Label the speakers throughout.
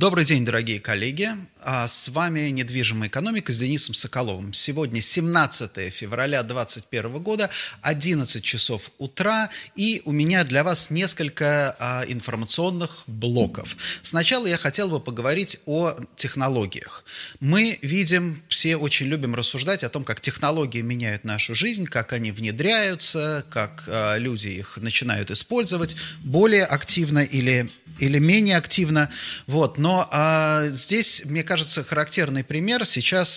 Speaker 1: Добрый день, дорогие коллеги. С вами «Недвижимая экономика» с Денисом Соколовым. Сегодня 17 февраля 2021 года, 11 часов утра, и у меня для вас несколько информационных блоков. Сначала я хотел бы поговорить о технологиях. Мы видим, все очень любим рассуждать о том, как технологии меняют нашу жизнь, как они внедряются, как люди их начинают использовать более активно или менее активно. Но здесь, мне кажется, характерный пример. Сейчас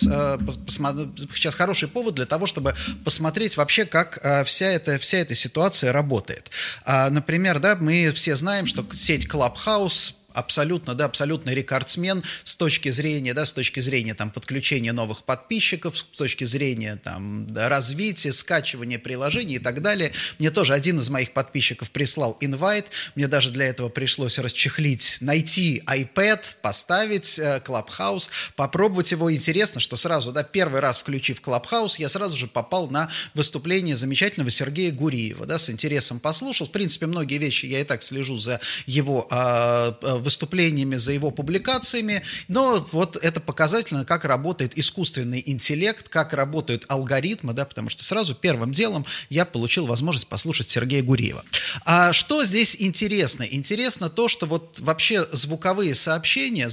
Speaker 1: хороший повод для того, чтобы посмотреть вообще, как вся эта ситуация работает. Например, мы все знаем, что сеть Clubhouse абсолютный рекордсмен с точки зрения подключения новых подписчиков, с точки зрения развития, скачивания приложений и так далее. Мне тоже один из моих подписчиков прислал инвайт, мне даже для этого пришлось найти iPad, поставить Clubhouse, попробовать его. Интересно, что сразу, первый раз включив Clubhouse, я сразу же попал на выступление замечательного Сергея Гуриева, с интересом послушал. В принципе, многие вещи я и так слежу за его выступлениями, за его публикациями, но это показательно, как работает искусственный интеллект, как работают алгоритмы, потому что сразу первым делом я получил возможность послушать Сергея Гуриева. А что здесь интересно? Интересно то, что вообще звуковые сообщения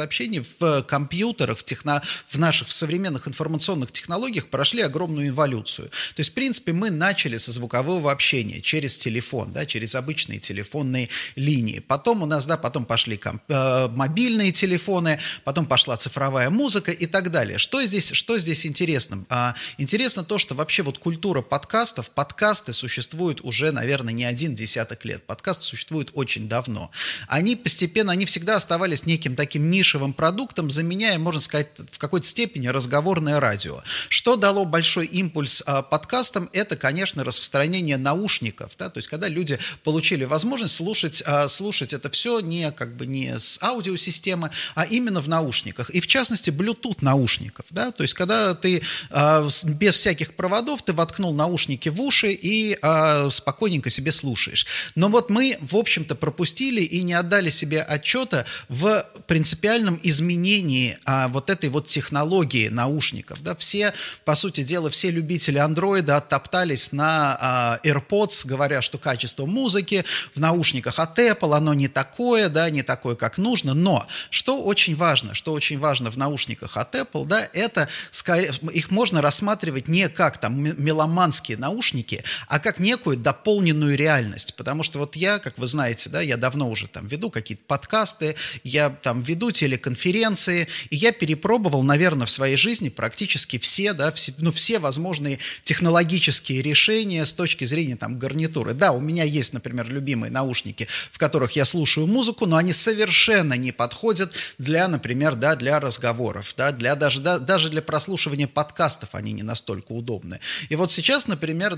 Speaker 1: в компьютерах, в наших современных информационных технологиях прошли огромную эволюцию. То есть, в принципе, мы начали со звукового общения через телефон, через обычные телефонные линии. Потом пошли мобильные телефоны, потом пошла цифровая музыка и так далее. Что здесь интересно? Интересно то, что вообще культура подкасты существуют уже, наверное, не один десяток лет. Подкасты существуют очень давно. Они всегда оставались неким таким нишевым продуктом, заменяя, можно сказать, в какой-то степени разговорное радио. Что дало большой импульс подкастам? Это, конечно, распространение наушников. То есть, когда люди получили возможность слушать это все не с аудиосистемы, а именно в наушниках. И в частности, Bluetooth наушников. То есть, когда ты без всяких проводов, ты воткнул наушники в уши и спокойненько себе слушаешь. Но мы, в общем-то, пропустили и не отдали себе отчета в принципиальном изменении этой технологии наушников. Все, по сути дела, все любители андроида оттоптались на AirPods, говоря, что качество музыки в наушниках от Apple, оно не такое, не такое, как нужно, но что очень важно в наушниках от Apple, это их можно рассматривать не как меломанские наушники, а как некую дополненную реальность, потому что я, как вы знаете, я давно уже веду какие-то подкасты, я веду телеконференции, и я перепробовал, наверное, в своей жизни практически все возможные технологические решения с точки зрения гарнитуры. У меня есть, например, любимые наушники, в которых я слушаю музыку, но они совершенно не подходят для разговоров, даже для прослушивания подкастов они не настолько удобны. И сейчас, например,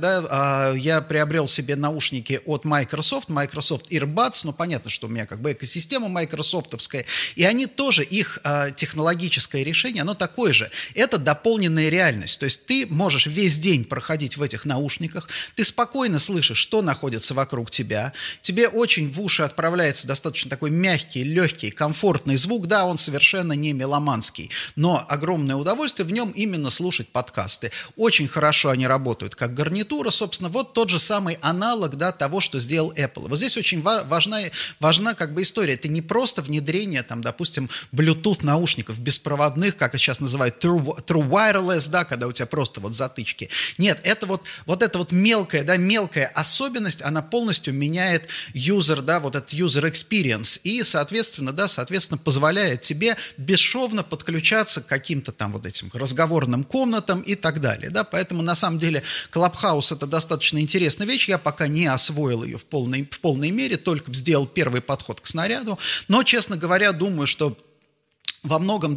Speaker 1: я приобрел себе наушники от Microsoft Earbuds, понятно, что у меня экосистема майкрософтовская, и они тоже, их технологическое решение, оно такое же. Это дополненная реальность, то есть ты можешь весь день проходить в этих наушниках, ты спокойно слышишь, что находится вокруг тебя, тебе очень в уши отправляется достаточно такой мягкий, легкий, комфортный звук, он совершенно не меломанский, но огромное удовольствие в нем именно слушать подкасты. Очень хорошо они работают как гарнитура, собственно, тот же самый аналог, того, что сделал Apple. Здесь очень важна история. Это не просто внедрение, допустим, Bluetooth наушников беспроводных, как их сейчас называют, True Wireless, когда у тебя просто затычки. Нет, это эта мелкая особенность, она полностью меняет этот user experience и, соответственно, позволяет тебе бесшовно подключаться к каким-то этим разговорным комнатам и так далее. Поэтому, на самом деле, Clubhouse — это достаточно интересная вещь. Я пока не освоил ее в полной мере, только сделал первый подход к снаряду. Но, честно говоря, думаю, что во многом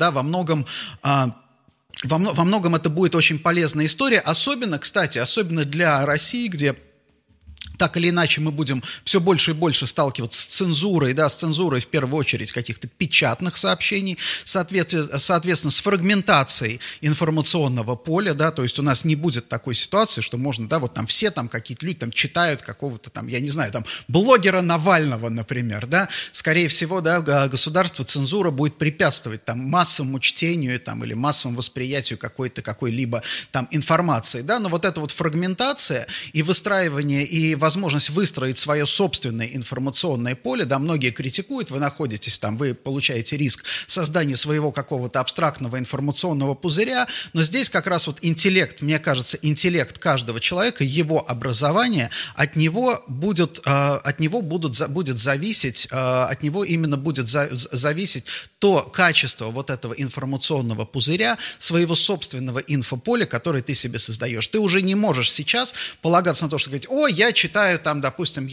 Speaker 1: это будет очень полезная история. Особенно для России, где так или иначе мы будем все больше и больше сталкиваться с цензурой, да, с цензурой в первую очередь каких-то печатных сообщений, соответственно, с фрагментацией информационного поля, да, то есть у нас не будет такой ситуации, что можно, да, вот там все там какие-то люди там читают какого-то там, я не знаю, там блогера Навального, например, да, скорее всего, да, государство, цензура будет препятствовать там массовому чтению там или массовому восприятию какой-либо там информации, да, но вот эта вот фрагментация и выстраивание, и возможность выстроить свое собственное информационное поле, да, многие критикуют, вы находитесь там, вы получаете риск создания своего какого-то абстрактного информационного пузыря, но здесь как раз вот интеллект, мне кажется, интеллект каждого человека, его образование, от него будет зависеть то качество вот этого информационного пузыря, своего собственного инфополя, которое ты себе создаешь. Ты уже не можешь сейчас полагаться на то, что говорить: о, я читаю там, допустим,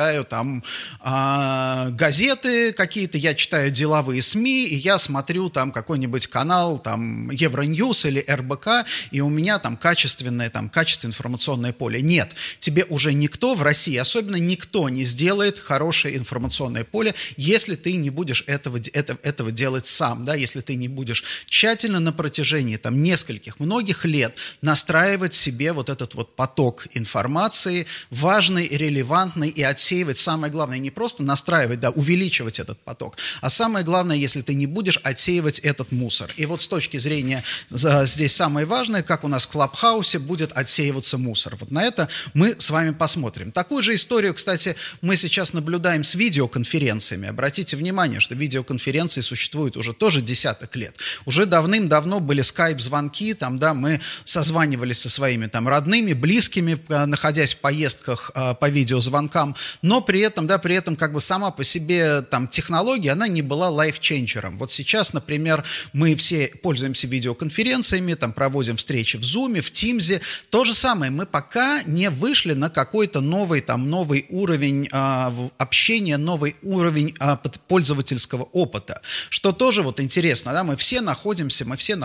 Speaker 1: газеты какие-то, я читаю деловые СМИ, и я смотрю там какой-нибудь канал, там, Евроньюз или РБК, и у меня там качественное информационное поле. Нет, тебе уже никто в России, особенно никто не сделает хорошее информационное поле, если ты не будешь этого делать сам, да, если ты не будешь тщательно на протяжении там многих лет настраивать себе вот этот вот поток информации, важный, релевантный, и отсеивать, самое главное, не просто настраивать, да, увеличивать этот поток, а самое главное, если ты не будешь отсеивать этот мусор. И вот с точки зрения, здесь самое важное, как у нас в Клабхаусе будет отсеиваться мусор. Вот на это мы с вами посмотрим. Такую же историю, кстати, мы сейчас наблюдаем с видеоконференциями. Обратите внимание, что видеоконференции существуют уже тоже десяток лет. Уже давным-давно были скайп-звонки, там, да, мы созванивались со своими там родными, близкими, находясь в поездках по видеозвонкам, но при этом как бы сама по себе там технология, она не была лайфченджером. Вот сейчас, например, мы все пользуемся видеоконференциями, там проводим встречи в Zoom, в Teams. То же самое, мы пока не вышли на какой-то новый уровень общения, новый уровень пользовательского опыта. Что тоже вот интересно, да, мы все находимся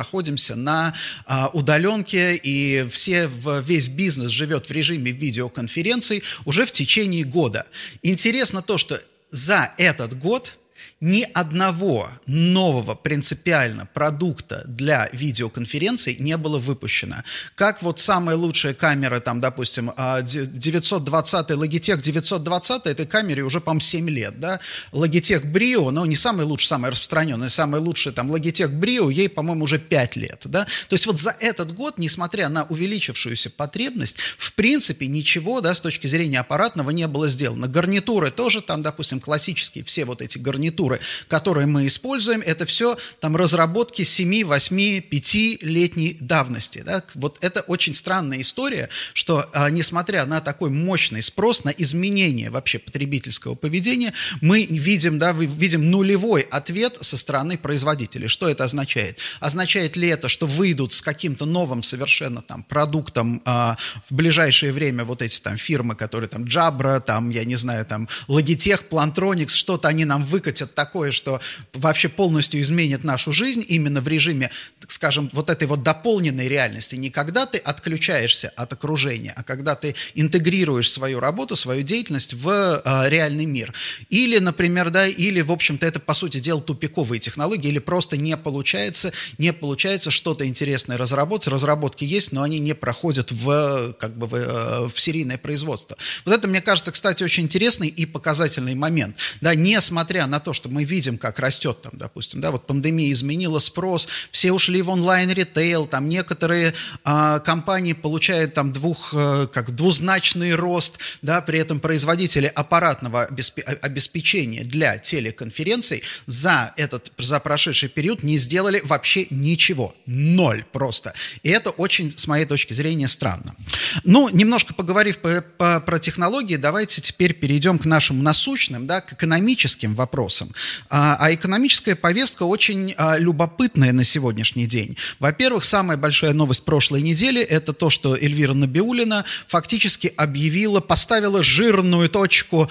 Speaker 1: на удаленке, и весь бизнес живет в режиме видеоконференций уже в течение года. Интересно то, что за этот год ни одного нового принципиально продукта для видеоконференций не было выпущено. Как вот самая лучшая камера, там, допустим, 920, Logitech 920, этой камере уже, по-моему, 7 лет, да? Logitech Brio, но не самый лучший, самый распространенный, самый лучший, там, Logitech Brio, ей, по-моему, уже 5 лет, да? То есть вот за этот год, несмотря на увеличившуюся потребность, в принципе, ничего, да, с точки зрения аппаратного не было сделано. Гарнитуры тоже, там, допустим, классические, все вот эти гарнитуры, которые мы используем, это все там разработки 7, 8, 5-летней давности. Да? Вот это очень странная история, что несмотря на такой мощный спрос, на изменение вообще потребительского поведения, мы видим нулевой ответ со стороны производителей. Что это означает? Означает ли это, что выйдут с каким-то новым совершенно там продуктом в ближайшее время вот эти там фирмы, которые там Jabra, там, я не знаю, там Logitech, Plantronics, что-то они нам выкатят такое, что вообще полностью изменит нашу жизнь именно в режиме, так скажем, вот этой вот дополненной реальности. Не когда ты отключаешься от окружения, а когда ты интегрируешь свою работу, свою деятельность в реальный мир. Или, например, да, или, в общем-то, это, по сути дела, тупиковые технологии, или просто не получается что-то интересное разработать. Разработки есть, но они не проходят в серийное производство. Вот это, мне кажется, кстати, очень интересный и показательный момент. Да, несмотря на то, что мы видим, как растет, там, допустим, да, вот пандемия изменила спрос, все ушли в онлайн-ритейл, там некоторые компании получают там двузначный рост, да, при этом производители аппаратного обеспечения для телеконференций за прошедший период не сделали вообще ничего, ноль просто. И это очень, с моей точки зрения, странно. Ну, немножко поговорив про технологии, давайте теперь перейдем к нашим насущным, да, к экономическим вопросам. А экономическая повестка очень любопытная на сегодняшний день. Во-первых, самая большая новость прошлой недели – это то, что Эльвира Набиуллина фактически поставила жирную точку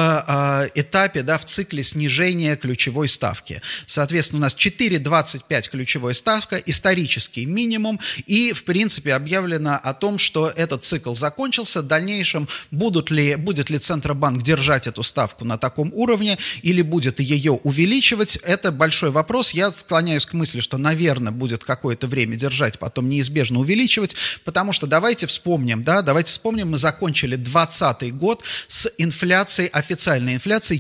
Speaker 1: в этапе, да, в цикле снижения ключевой ставки. Соответственно, у нас 4,25 ключевая ставка, исторический минимум, и, в принципе, объявлено о том, что этот этот цикл закончился, в дальнейшем будет ли Центробанк держать эту ставку на таком уровне или будет ее увеличивать, это большой вопрос. Я склоняюсь к мысли, что, наверное, будет какое-то время держать, потом неизбежно увеличивать, потому что давайте вспомним, мы закончили 2020 год с инфляцией, официальной инфляцией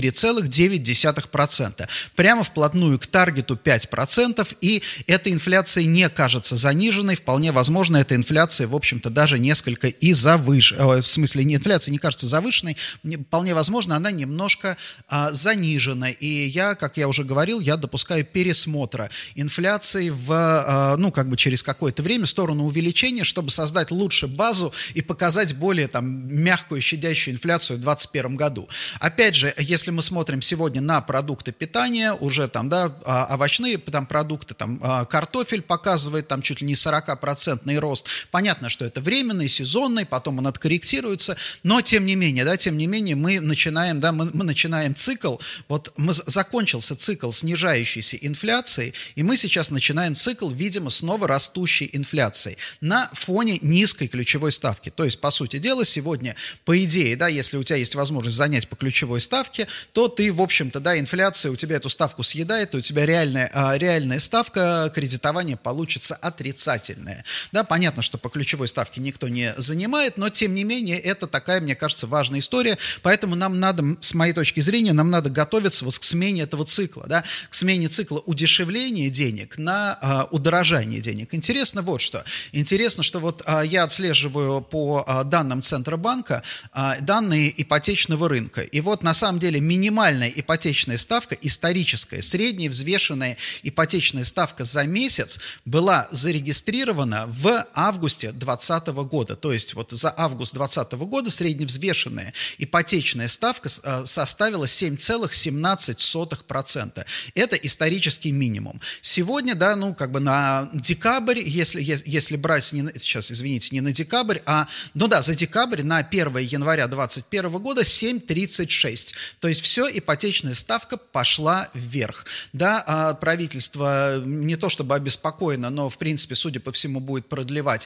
Speaker 1: 4,9%, прямо вплотную к таргету 5%, и эта инфляция не кажется заниженной, вполне возможно, эта инфляция, в общем-то, даже несколько и завышена, в смысле, инфляция не кажется завышенной, вполне возможно, она немножко занижена, и как я уже говорил, я допускаю пересмотра инфляции через какое-то время в сторону увеличения, чтобы создать лучше базу и показать более мягкую, щадящую инфляцию в 2021 году. Опять же, если мы смотрим сегодня на продукты питания, уже овощные продукты, картофель показывает чуть ли не 40% рост. Понятно, что это временный, сезонный, потом он откорректируется, но тем не менее мы начинаем цикл, закончился цикл снижающейся инфляции, и мы сейчас начинаем цикл, видимо, снова растущей инфляции на фоне низкой ключевой ставки. То есть, по сути дела, сегодня, по идее, если у тебя есть возможность занять по ключевой ставке, то ты, в общем-то, инфляция у тебя эту ставку съедает, и у тебя реальная ставка кредитования получится отрицательная. Понятно, что по ключевой ставке никто не занимает, но, тем не менее, это такая, мне кажется, важная история, поэтому нам надо, с моей точки зрения, готовиться к смене этого цикла, к смене цикла удешевления денег на удорожание денег. Интересно что я отслеживаю по данным Центробанка данные ипотечного рынка, и на самом деле минимальная ипотечная ставка, историческая, средняя взвешенная ипотечная ставка за месяц была зарегистрирована в августе 2020 года, то есть за август 2020 года средневзвешенная ипотечная ставка составила 7,17%. Это исторический минимум. Сегодня, на декабрь, если брать, не на декабрь, за декабрь на 1 января 2021 года 7,36. То есть все, ипотечная ставка пошла вверх. Правительство не то чтобы обеспокоено, но, в принципе, судя по всему, будет продлевать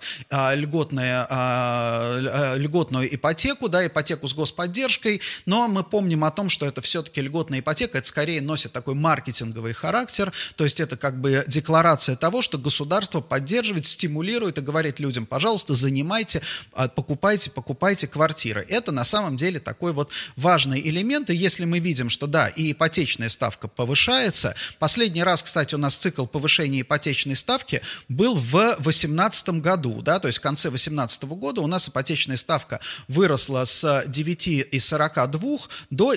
Speaker 1: льготную ипотеку, ипотеку с господдержкой, но мы помним о том, что это все-таки льготная ипотека, это скорее носит такой маркетинговый характер, то есть это декларация того, что государство поддерживает, стимулирует и говорит людям: пожалуйста, занимайте, покупайте квартиры. Это на самом деле такой важный элемент, и если мы видим, что и ипотечная ставка повышается, последний раз, кстати, у нас цикл повышения ипотечной ставки был в 2018 году, то есть в конце 2018 года у нас ипотечная ставка выросла с 9,42 до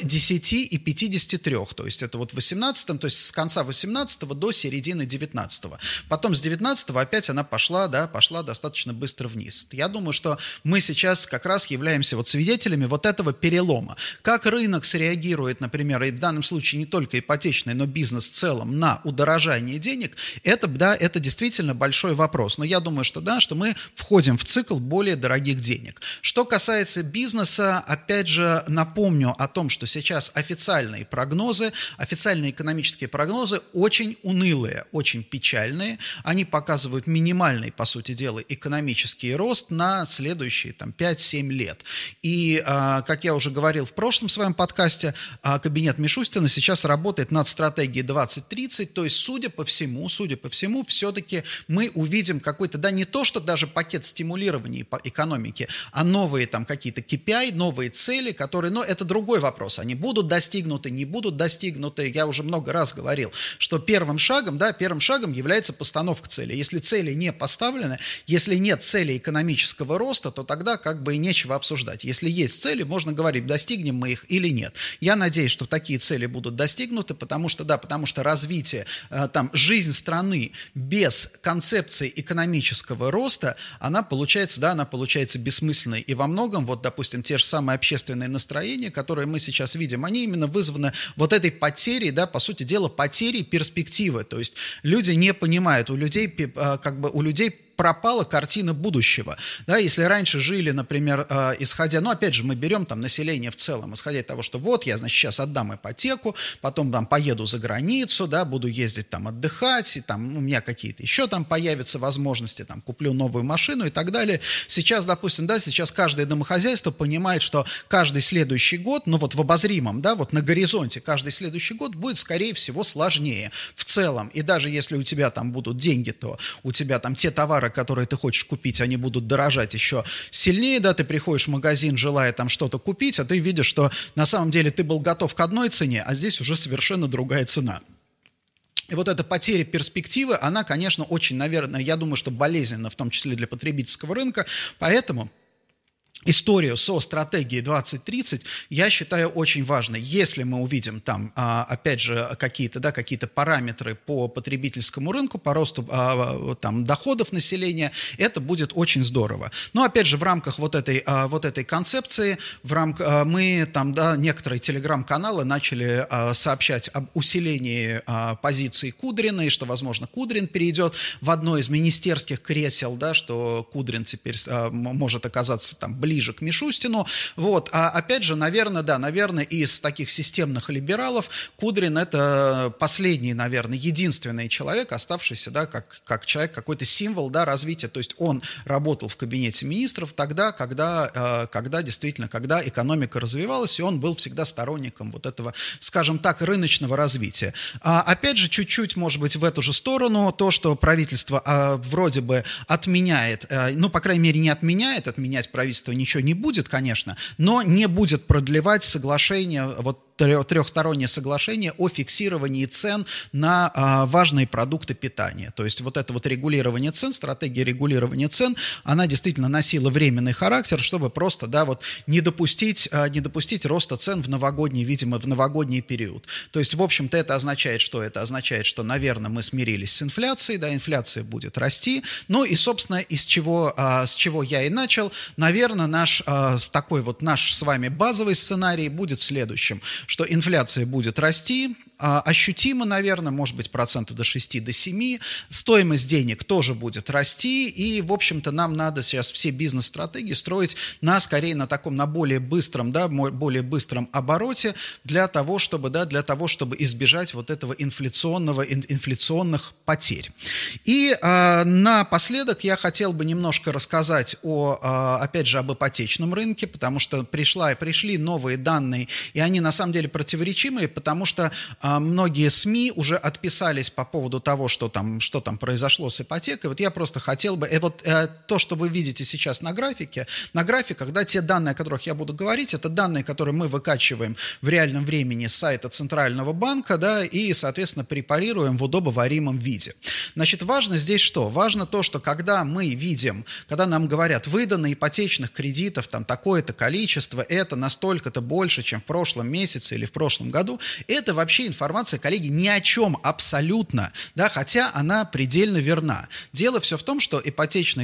Speaker 1: 10,53, то есть это в 2018, то есть с конца 2018 до середины 2019. Потом с 2019 опять она пошла достаточно быстро вниз. Я думаю, что мы сейчас как раз являемся свидетелями этого перелома. Как рынок среагирует, например, и в данном случае не только ипотечный, но бизнес в целом, на удорожание денег, это действительно большой вопрос. Но я думаю, что мы входим в цикл более дорогих денег. Что касается бизнеса, опять же, напомню о том, что сейчас официальные экономические прогнозы очень унылые, очень печальные. Они показывают минимальный, по сути дела, экономический рост на следующие 5-7 лет. И, как я уже говорил в прошлом своем подкасте, кабинет Мишустина сейчас работает над стратегией 2030, то есть, судя по всему, все-таки мы увидим какой-то, не то, что даже пакет стимулирования экономики, а новые какие-то KPI, новые цели, которые, это другой вопрос, они будут достигнуты, не будут достигнуты. Я уже много раз говорил, что первым шагом является постановка цели. Если цели не поставлены, если нет цели экономического роста, то тогда и нечего обсуждать. Если есть цели, можно говорить, достигнем мы их или нет. Я надеюсь, что такие цели будут достигнуты, потому что развитие, жизнь страны без концепции экономического роста, она получается бессмысленной. И во многом, допустим, те же самые общественные настроения, которые мы сейчас видим, они именно вызваны этой потерей, по сути дела, потерей перспективы. То есть люди не понимают, у людей пропала картина будущего. Да, если раньше жили, например, исходя, ну, опять же, мы берем там население в целом, исходя из того, что вот я, значит, сейчас отдам ипотеку, потом там поеду за границу, да, буду ездить там отдыхать, и там у меня какие-то еще там появятся возможности, там, куплю новую машину и так далее. Сейчас, допустим, да, сейчас каждое домохозяйство понимает, что каждый следующий год, ну, вот в обозримом, да, вот на горизонте каждый следующий год будет, скорее всего, сложнее в целом. И даже если у тебя там будут деньги, то у тебя там те товары, которые ты хочешь купить, они будут дорожать еще сильнее, да, ты приходишь в магазин, желая там что-то купить, а ты видишь, что на самом деле ты был готов к одной цене, а здесь уже совершенно другая цена. И вот эта потеря перспективы, она, конечно, очень, наверное, я думаю, что болезненна, в том числе для потребительского рынка, поэтому историю со стратегией 2030 я считаю очень важной. Если мы увидим там, опять же, какие-то параметры по потребительскому рынку, по росту там, доходов населения, это будет очень здорово. Но, опять же, в рамках вот этой концепции, мы там, да, некоторые телеграм-каналы начали сообщать об усилении позиции Кудрина, и что, возможно, Кудрин перейдет в одно из министерских кресел, да, что Кудрин теперь может оказаться там ближе к Мишустину. Вот. А опять же, наверное, из таких системных либералов Кудрин — это последний, наверное, единственный человек, оставшийся, да, как человек, какой-то символ, да, развития. То есть он работал в кабинете министров тогда, когда действительно, когда экономика развивалась, и он был всегда сторонником вот этого, скажем так, рыночного развития. Опять же, чуть-чуть, может быть, в эту же сторону, то, что правительство вроде бы отменяет, ну, по крайней мере, не отменять правительство ничего не будет, конечно, но не будет продлевать соглашение, вот трехстороннее соглашение о фиксировании цен на важные продукты питания. То есть вот это вот регулирование цен, стратегия регулирования цен, она действительно носила временный характер, чтобы просто, да, вот не допустить роста цен в новогодний период. То есть, в общем-то, это означает, что? Это означает, что, наверное, мы смирились с инфляцией, да, инфляция будет расти. Ну и, собственно, с чего я и начал, наверное, наш с вами базовый сценарий будет в следующем, что инфляция будет расти, ощутимо, наверное, может быть, процентов до 6, до 7, стоимость денег тоже будет расти, и, в общем-то, нам надо сейчас все бизнес-стратегии строить скорее на более быстром обороте для того, чтобы избежать вот этого инфляционных потерь. И напоследок я хотел бы немножко рассказать опять же, об ипотечном рынке, потому что пришли новые данные, и они на самом деле противоречимые, потому что многие СМИ уже отписались по поводу того, что там произошло с ипотекой. Вот я просто хотел бы, то, что вы видите сейчас на графиках, да, те данные, о которых я буду говорить, это данные, которые мы выкачиваем в реальном времени с сайта Центрального банка, да, и, соответственно, препарируем в удобоваримом виде. Значит, важно здесь что? Важно то, что когда нам говорят, выдано ипотечных кредитов там такое-то количество, это настолько-то больше, чем в прошлом месяце или в прошлом году, это вообще информация, коллеги, ни о чем абсолютно, да, хотя она предельно верна. Дело все в том, что ипотечный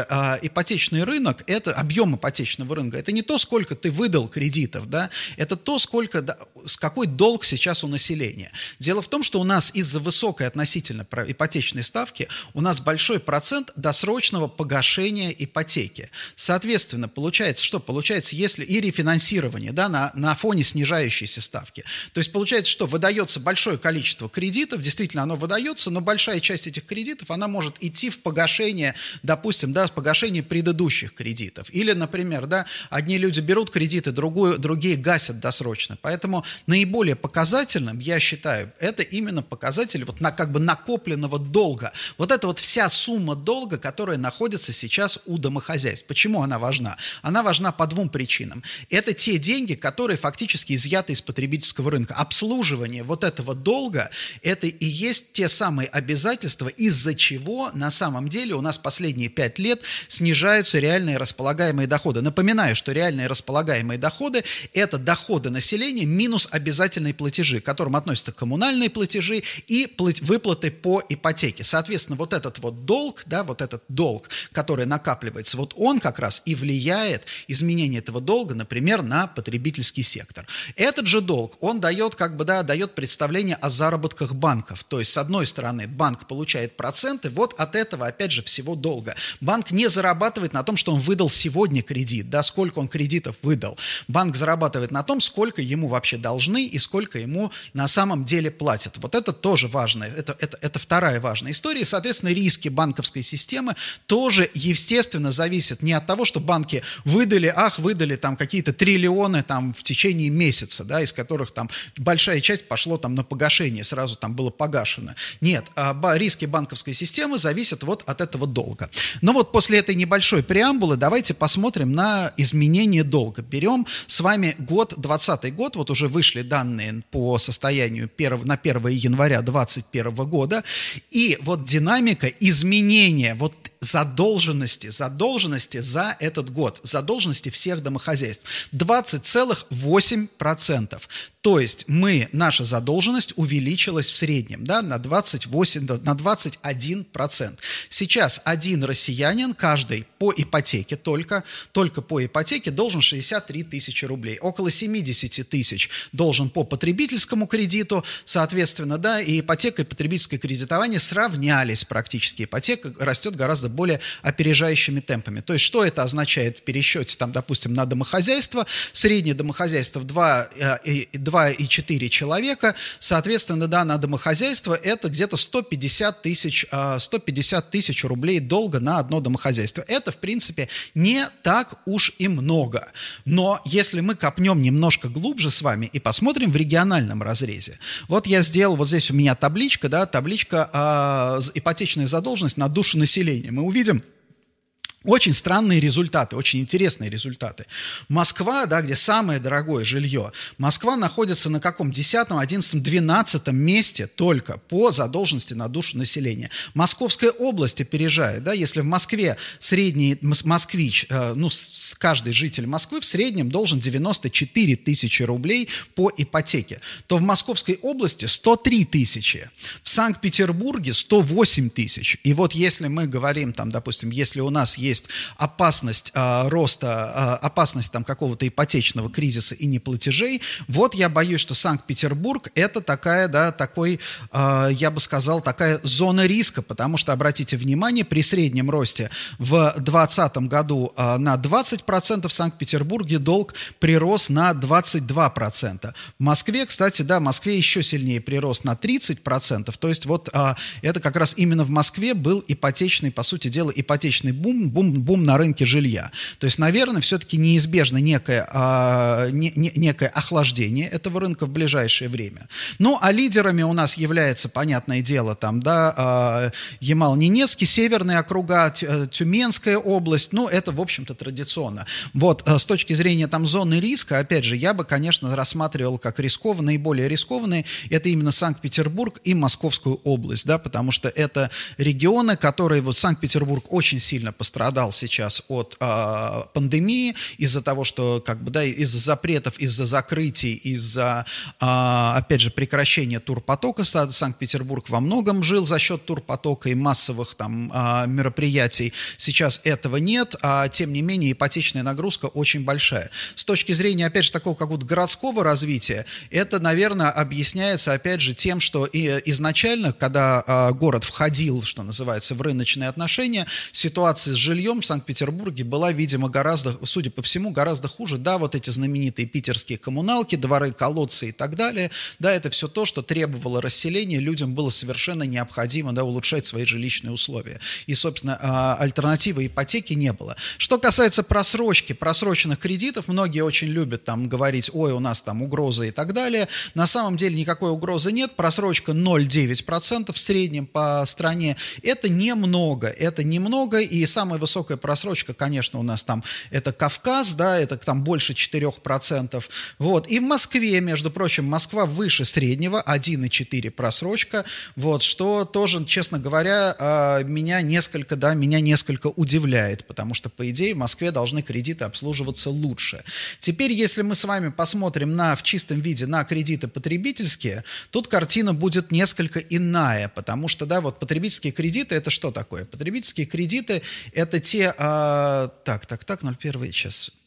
Speaker 1: рынок, это объем ипотечного рынка, это не то, сколько ты выдал кредитов, да, это то, какой долг сейчас у населения. Дело в том, что у нас из-за высокой относительно ипотечной ставки у нас большой процент досрочного погашения ипотеки. Соответственно, получается, если и рефинансирование, да, на фоне снижающейся ставки. То есть получается, что выдается большое количество кредитов, действительно оно выдается, но большая часть этих кредитов, она может идти в погашение, допустим, да, в погашение предыдущих кредитов. Или, например, да, одни люди берут кредиты, другие гасят досрочно. Поэтому наиболее показательным, я считаю, это именно показатель вот накопленного долга. Вот это вот вся сумма долга, которая находится сейчас у домохозяйств. Почему она важна? Она важна по двум причинам. Это те деньги, которые фактически изъяты из потребительского рынка. Обслуживание вот этого долга, это и есть те самые обязательства, из-за чего на самом деле у нас последние 5 лет снижаются реальные располагаемые доходы. Напоминаю, что реальные располагаемые доходы – это доходы населения минус обязательные платежи, к которым относятся коммунальные платежи и выплаты по ипотеке. Соответственно, вот этот долг, который накапливается, вот он как раз и влияет, изменение этого долга, например, на потребительский сектор. Этот же долг, он дает дает представление о заработках банков. То есть, с одной стороны, банк получает проценты, вот от этого, опять же, всего долга. Банк не зарабатывает на том, что он выдал сегодня кредит, да, сколько он кредитов выдал. Банк зарабатывает на том, сколько ему вообще должны и сколько ему на самом деле платят. Вот это тоже важно, это вторая важная история. И, соответственно, риски банковской системы тоже, естественно, зависят не от того, что банки выдали там какие-то триллионы там в течение месяца, да, из которых там большая часть пошло там на погашение, сразу там было погашено. Нет, риски банковской системы зависят вот от этого долга. Но вот после этой небольшой преамбулы давайте посмотрим на изменение долга. Берем с вами год, 2020 год, вот уже вышли данные по состоянию на 1 января 2021 года, и вот динамика изменения вот задолженности за этот год, задолженности всех домохозяйств 20,8%. То есть наша задолженность увеличилась в среднем, да, на 21%. Сейчас один россиянин, каждый по ипотеке, только по ипотеке должен 63 тысячи рублей. Около 70 тысяч должен по потребительскому кредиту, соответственно, да, и ипотека и потребительское кредитование сравнялись практически. Ипотека растет гораздо более опережающими темпами. То есть, что это означает в пересчете, там, допустим, на домохозяйство? Среднее домохозяйство в 2,4 человека, соответственно, да, на домохозяйство это где-то 150 тысяч рублей долга на одно домохозяйство. Это, в принципе, не так уж и много. Но если мы копнем немножко глубже с вами и посмотрим в региональном разрезе, вот я сделал, вот здесь у меня табличка, да, ипотечная задолженность на душу населения. Мы увидим очень странные результаты, очень интересные результаты. Москва, да, где самое дорогое жилье, Москва находится на каком? 10-м, 11-м, 12-м месте только по задолженности на душу населения. Московская область опережает, да, если в Москве средний москвич, каждый житель Москвы в среднем должен 94 тысячи рублей по ипотеке, то в Московской области 103 тысячи, в Санкт-Петербурге 108 тысяч. И вот если мы говорим, там, допустим, если у нас есть опасность роста, опасность там какого-то ипотечного кризиса и неплатежей, вот я боюсь, что Санкт-Петербург это такая, да, я бы сказал, такая зона риска, потому что, обратите внимание, при среднем росте в 2020 году на 20%, в Санкт-Петербурге долг прирос на 22%. В Москве, кстати, да, в Москве еще сильнее прирост на 30%, то есть вот это как раз именно в Москве был ипотечный, по сути дела, ипотечный бум на рынке жилья. То есть, наверное, все-таки неизбежно некое охлаждение этого рынка в ближайшее время. Ну, а лидерами у нас является, понятное дело, там, да, Ямал-Ненецкий, северные округа, Тюменская область, ну, это, в общем-то, традиционно. Вот, с точки зрения там зоны риска, опять же, я бы, конечно, рассматривал как наиболее рискованные, это именно Санкт-Петербург и Московскую область, да, потому что это регионы, которые, вот Санкт-Петербург очень сильно пострадал сейчас от пандемии из-за того, что из-за запретов, из-за закрытий, из-за, опять же, прекращения турпотока. Санкт-Петербург во многом жил за счет турпотока и массовых там мероприятий. Сейчас этого нет, а тем не менее ипотечная нагрузка очень большая. С точки зрения, опять же, такого какого-то городского развития, это, наверное, объясняется, опять же, тем, что изначально, когда город входил, что называется, в рыночные отношения, ситуация с жильем в Санкт-Петербурге была, видимо, судя по всему, гораздо хуже. Да, вот эти знаменитые питерские коммуналки, дворы, колодцы и так далее, да, это все то, что требовало расселения, людям было совершенно необходимо, да, улучшать свои жилищные условия. И, собственно, альтернативы ипотеки не было. Что касается просроченных кредитов, многие очень любят там говорить, ой, у нас там угроза и так далее. На самом деле никакой угрозы нет, просрочка 0,9% в среднем по стране. Это немного, и самая высокая просрочка, конечно, у нас там это Кавказ, да, это там больше 4%. Вот. И в Москве, между прочим, Москва выше среднего, 1,4 просрочка, вот, что тоже, честно говоря, меня несколько удивляет, потому что, по идее, в Москве должны кредиты обслуживаться лучше. Теперь, если мы с вами посмотрим в чистом виде на кредиты потребительские, тут картина будет несколько иная, потому что, да, вот потребительские кредиты, это что такое? Потребительские кредиты – это те, 01 сейчас,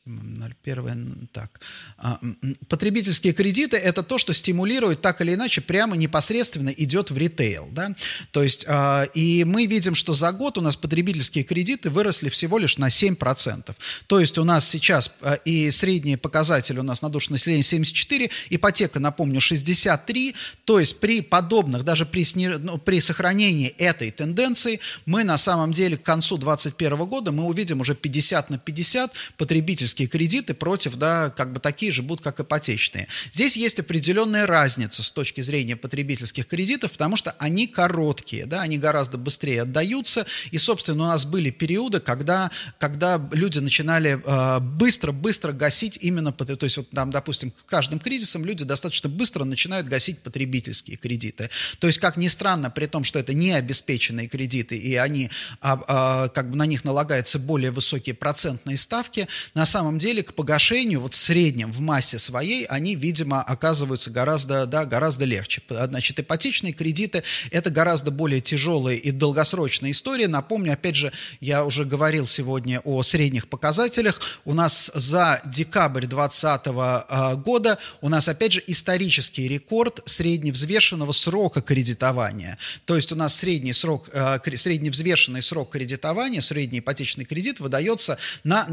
Speaker 1: 01, так. Потребительские кредиты – это то, что стимулирует так или иначе прямо непосредственно идет в ритейл. Да? То есть, и мы видим, что за год у нас потребительские кредиты выросли всего лишь на 7%. То есть у нас сейчас и средний показатель у нас на душу населения 74, ипотека, напомню, 63. То есть при подобных, даже при сохранении этой тенденции, мы на самом деле к концу 2021 года мы увидим уже 50/50 потребительские кредиты против, да, как бы такие же будут, как ипотечные. Здесь есть определенная разница с точки зрения потребительских кредитов, потому что они короткие, да, они гораздо быстрее отдаются, и, собственно, у нас были периоды, когда люди начинали быстро гасить именно, то есть, вот там, допустим, каждым кризисом люди достаточно быстро начинают гасить потребительские кредиты. То есть, как ни странно, при том, что это не обеспеченные кредиты, и они, как бы на них налагаются более высокие процентные ставки, на самом деле к погашению, вот в среднем, в массе своей, они, видимо, оказываются гораздо легче. Значит, ипотечные кредиты – это гораздо более тяжелая и долгосрочная история. Напомню, опять же, я уже говорил сегодня о средних показателях. У нас за декабрь 2020 года у нас, опять же, исторический рекорд средневзвешенного срока кредитования. То есть у нас средневзвешенный срок кредитования, средний ипотечный кредит выдается на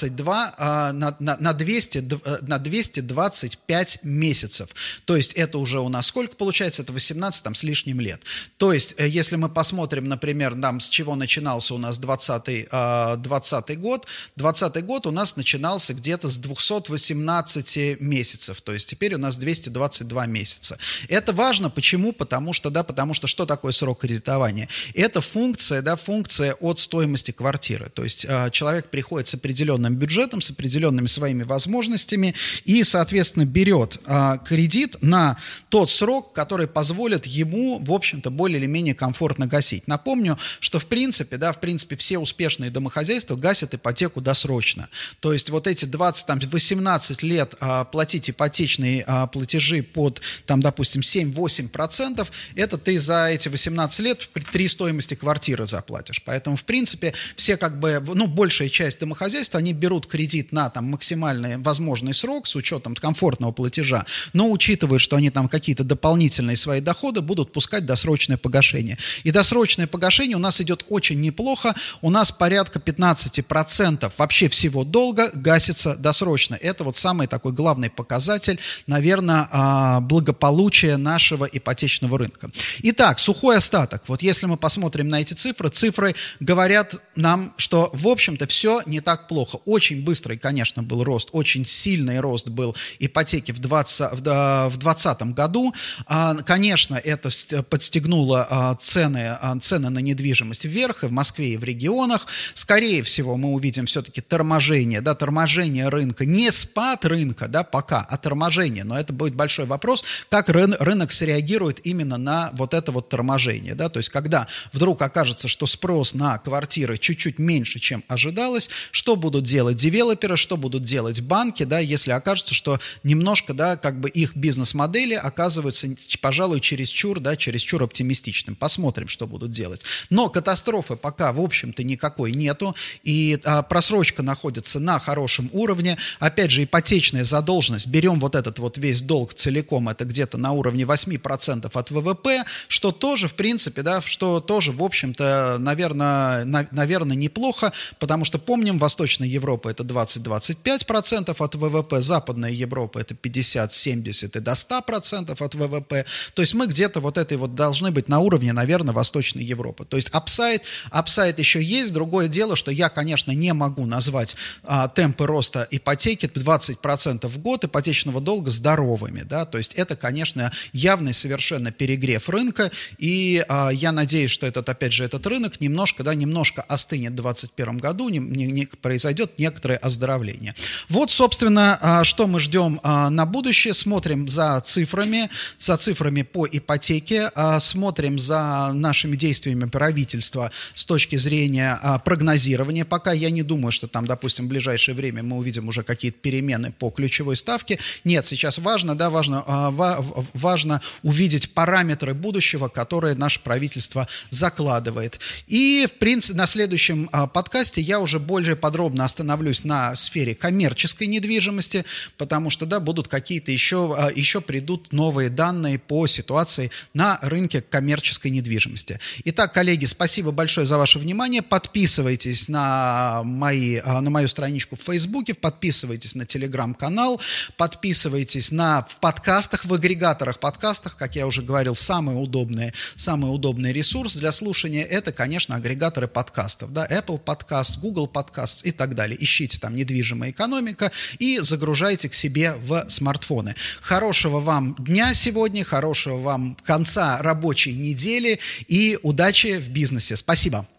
Speaker 1: 225 месяцев. То есть это уже у нас сколько получается? Это 18 там, с лишним лет. То есть если мы посмотрим, например, там, с чего начинался у нас 2020 год. 2020 год у нас начинался где-то с 218 месяцев. То есть теперь у нас 222 месяца. Это важно. Почему? Потому что что такое срок кредитования? Это функция от стоимости квартиры. То есть человек приходит с определенным бюджетом, с определенными своими возможностями и, соответственно, берет кредит на тот срок, который позволит ему, в общем-то, более или менее комфортно гасить. Напомню, что в принципе все успешные домохозяйства гасят ипотеку досрочно. То есть вот эти 18 лет платить ипотечные платежи под, там, допустим, 7-8%, это ты за эти 18 лет 3 стоимости квартиры заплатишь. Поэтому, в принципе, все большая часть домохозяйств, они берут кредит на там максимальный возможный срок с учетом комфортного платежа, но учитывают, что они там какие-то дополнительные свои доходы будут пускать досрочное погашение. И досрочное погашение у нас идет очень неплохо, у нас порядка 15% вообще всего долга гасится досрочно. Это вот самый такой главный показатель, наверное, благополучия нашего ипотечного рынка. Итак, сухой остаток. Вот если мы посмотрим на эти цифры говорят нам, что, в общем-то, все не так плохо. Очень быстрый, конечно, был рост, очень сильный рост был ипотеки в 2020 году. Конечно, это подстегнуло цены на недвижимость вверх и в Москве, и в регионах. Скорее всего, мы увидим все-таки торможение рынка, не спад рынка, пока, а торможение. Но это будет большой вопрос, как рынок среагирует именно на вот это вот торможение. То есть, когда вдруг окажется, что спрос на квартиры чуть-чуть меньше, чем ожидалось, что будут делать девелоперы, что будут делать банки, если окажется, что немножко, их бизнес-модели оказываются, пожалуй, чересчур оптимистичным. Посмотрим, что будут делать. Но катастрофы пока, в общем-то, никакой нету, и просрочка находится на хорошем уровне. Опять же, ипотечная задолженность, берем вот этот вот весь долг целиком, это где-то на уровне 8% от ВВП, что тоже, в принципе, в общем-то, наверное, неплохо, потому что, помним, Восточная Европа это 20-25% от ВВП, Западная Европа это 50-70 и до 100% от ВВП. То есть мы где-то должны быть на уровне, наверное, Восточной Европы. То есть апсайд еще есть. Другое дело, что я, конечно, не могу назвать темпы роста ипотеки 20% в год ипотечного долга здоровыми. То есть это, конечно, явный совершенно перегрев рынка, и я надеюсь, что этот рынок немножко остынет в 2021 году, произойдет некоторое оздоровление. Вот, собственно, что мы ждем на будущее. Смотрим за цифрами по ипотеке, смотрим за нашими действиями правительства с точки зрения прогнозирования. Пока я не думаю, что там, допустим, в ближайшее время мы увидим уже какие-то перемены по ключевой ставке. Нет, сейчас важно увидеть параметры будущего, которые наше правительство закладывает. И, в принципе, на следующем подкасте я уже более подробно остановлюсь на на сфере коммерческой недвижимости, потому что, да, будут какие-то еще придут новые данные по ситуации на рынке коммерческой недвижимости. Итак, коллеги, спасибо большое за ваше внимание. Подписывайтесь на мою страничку в Фейсбуке, подписывайтесь на Телеграм-канал, подписывайтесь в подкастах, в агрегаторах подкастах, как я уже говорил, самый удобный ресурс для слушания — это, конечно, агрегаторы подкастов, да, Apple Podcast, Google Podcast и так далее. Ищите там «Недвижимая экономика» и загружайте к себе в смартфоны. Хорошего вам дня сегодня, хорошего вам конца рабочей недели и удачи в бизнесе. Спасибо.